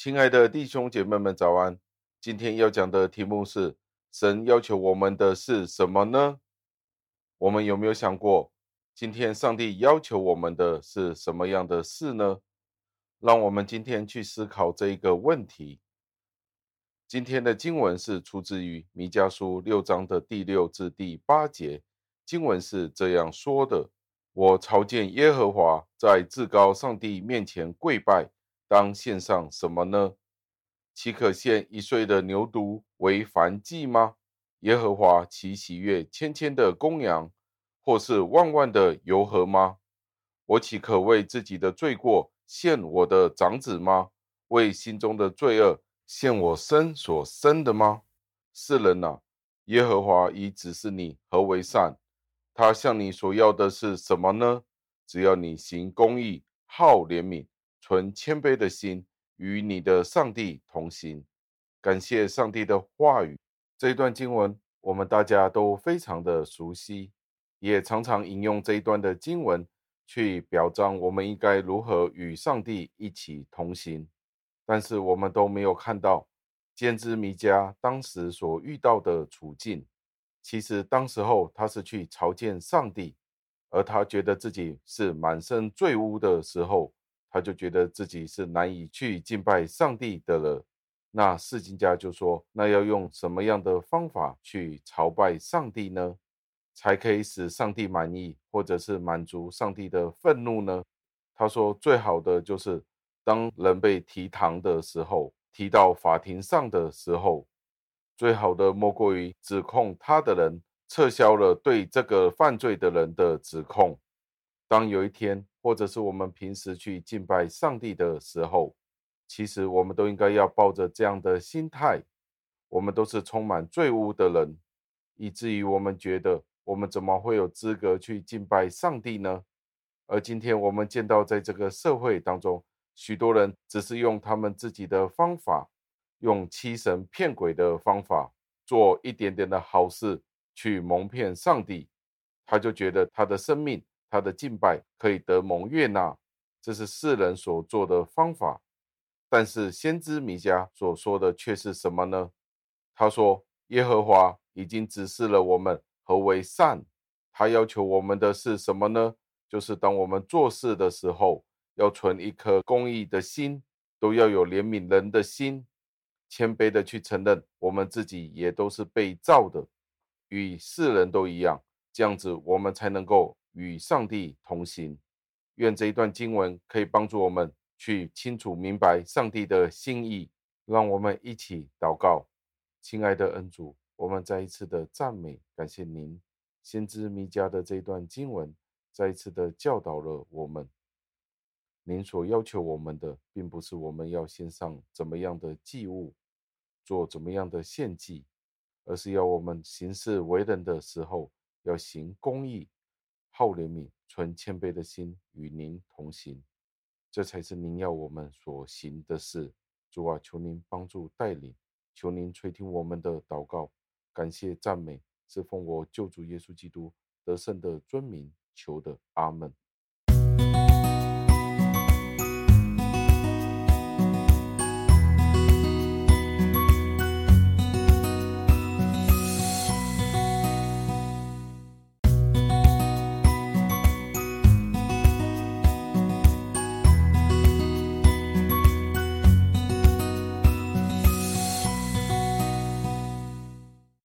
亲爱的弟兄姐妹们，早安！今天要讲的题目是：神要求我们的是什么呢？我们有没有想过，今天上帝要求我们的是什么样的事呢？让我们今天去思考这一个问题。今天的经文是出自于弥迦书6章的第6至第8节，经文是这样说的：我朝见耶和华，在至高上帝面前跪拜，当献上什么呢？岂可献1岁的牛犊为燔祭吗？耶和华岂喜悦千千的公羊，或是万万的油和吗？我岂可为自己的罪过献我的长子吗？为心中的罪恶献我生所生的吗？世人啊，耶和华已指示你何为善，他向你所要的是什么呢？只要你行公义，好怜悯，存谦卑的心，与你的上帝同行。感谢上帝的话语。这一段经文我们大家都非常的熟悉，也常常引用这一段的经文去表彰我们应该如何与上帝一起同行。但是我们都没有看到先知弥迦当时所遇到的处境。其实当时候他是去朝见上帝，而他觉得自己是满身罪污的时候，他就觉得自己是难以去敬拜上帝的了。那释经家就说，那要用什么样的方法去朝拜上帝呢？才可以使上帝满意，或者是满足上帝的愤怒呢？他说，最好的就是当人被提堂的时候，提到法庭上的时候，最好的莫过于指控他的人撤销了对这个犯罪的人的指控。当有一天，或者是我们平时去敬拜上帝的时候，其实我们都应该要抱着这样的心态。我们都是充满罪污的人，以至于我们觉得我们怎么会有资格去敬拜上帝呢？而今天我们见到在这个社会当中，许多人只是用他们自己的方法，用欺神骗鬼的方法，做一点点的好事去蒙骗上帝。他就觉得他的生命，他的敬拜可以得蒙悦纳，这是世人所做的方法。但是先知弥迦所说的却是什么呢？他说：耶和华已经指示了我们何为善，他要求我们的是什么呢？就是当我们做事的时候，要存一颗公义的心，都要有怜悯人的心，谦卑的去承认我们自己也都是被造的，与世人都一样，这样子我们才能够与上帝同行。愿这一段经文可以帮助我们去清楚明白上帝的心意，让我们一起祷告。亲爱的恩主，我们再一次的赞美，感谢您。先知弥迦的这一段经文，再一次的教导了我们。您所要求我们的，并不是我们要献上怎么样的祭物，做怎么样的献祭，而是要我们行事为人的时候，要行公义，好怜悯，存谦卑的心，与您同行。这才是您要我们所行的事。主啊，求您帮助带领，求您垂听我们的祷告，感谢赞美，是奉我救主耶稣基督得胜的尊名求的，阿门。